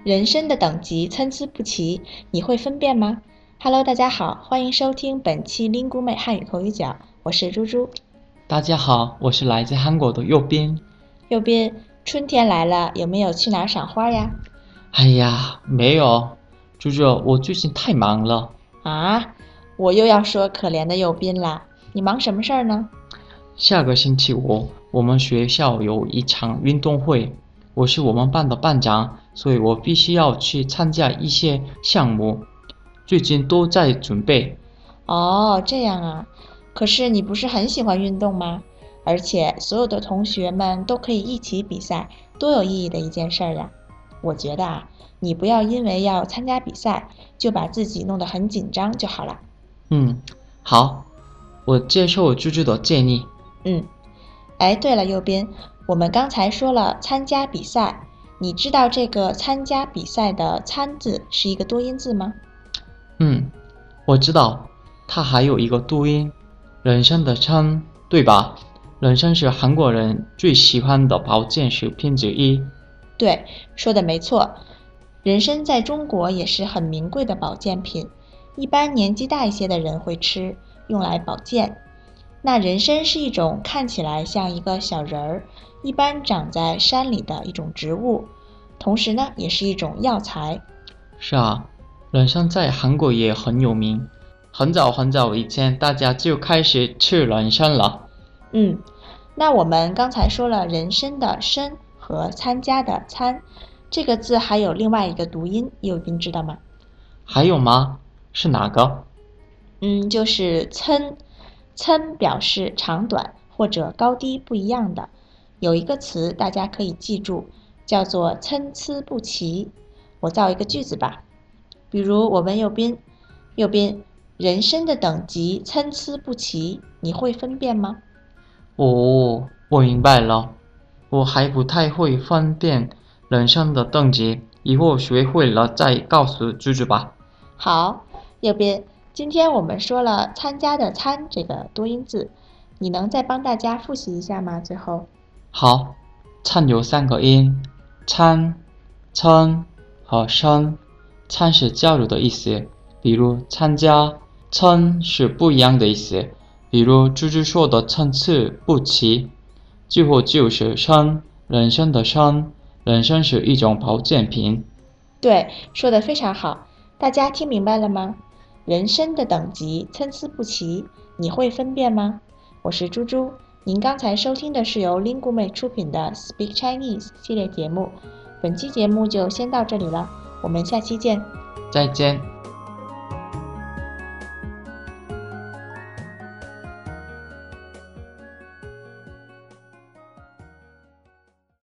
人参的等级参差不齐，你会分辨吗 ？Hello， 大家好，欢迎收听本期 Lingume 汉语口语角，我是猪猪。 大家好，我是来自韩国的右边。 右边，春天来了，有没有去哪儿赏花呀？ 哎呀，没有，猪猪，我最近太忙了。 啊，我又要说可怜的右边啦，你忙什么事儿呢？ 下个星期五，我们学校有一场运动会，我是我们班的班长，所以我必须要去参加一些项目，最近都在准备。 哦，这样啊，可是你不是很喜欢运动吗？而且所有的同学们都可以一起比赛，多有意义的一件事儿呀！我觉得啊，你不要因为要参加比赛，就把自己弄得很紧张就好了。 好，我接受猪猪的建议。 哎，对了，右边，我们刚才说了参加比赛，你知道这个参加比赛的参字是一个多音字吗？ 我知道，它还有一个读音，人参的参，对吧？人参是韩国人最喜欢的保健食品之一。 对，说的没错。人参在中国也是很名贵的保健品，一般年纪大一些的人会吃，用来保健。那人参是一种看起来像一个小人儿，一般长在山里的一种植物，同时呢，也是一种药材。 是啊，人参在韩国也很有名。很早很早以前，大家就开始吃人参了。 那我们刚才说了人参的参和参加的参，这个字还有另外一个读音，右斌知道吗？ 还有吗？是哪个？ 就是参，参表示长短或者高低不一样的。有一个词大家可以记住，叫做参差不齐。我造一个句子吧，比如我问右边，人参的等级参差不齐，你会分辨吗？ 哦，我明白了。我还不太会分辨人参的等级，以后学会了再告诉猪猪吧。 好，右边，今天我们说了参加的参这个多音字，你能再帮大家复习一下吗？最后， 好，参有三个音，参、称和参。参是加入的意思，比如参加；称是不一样的意思，比如猪猪说的参差不齐。最后就是参，人参的参，人参是一种保健品。 对，说得非常好，大家听明白了吗？人参的等级参差不齐，你会分辨吗？我是猪猪，您刚才收听的是由 Lingume 出品的 Speak Chinese 系列节目，本期节目就先到这里了，我们下期见。 再见。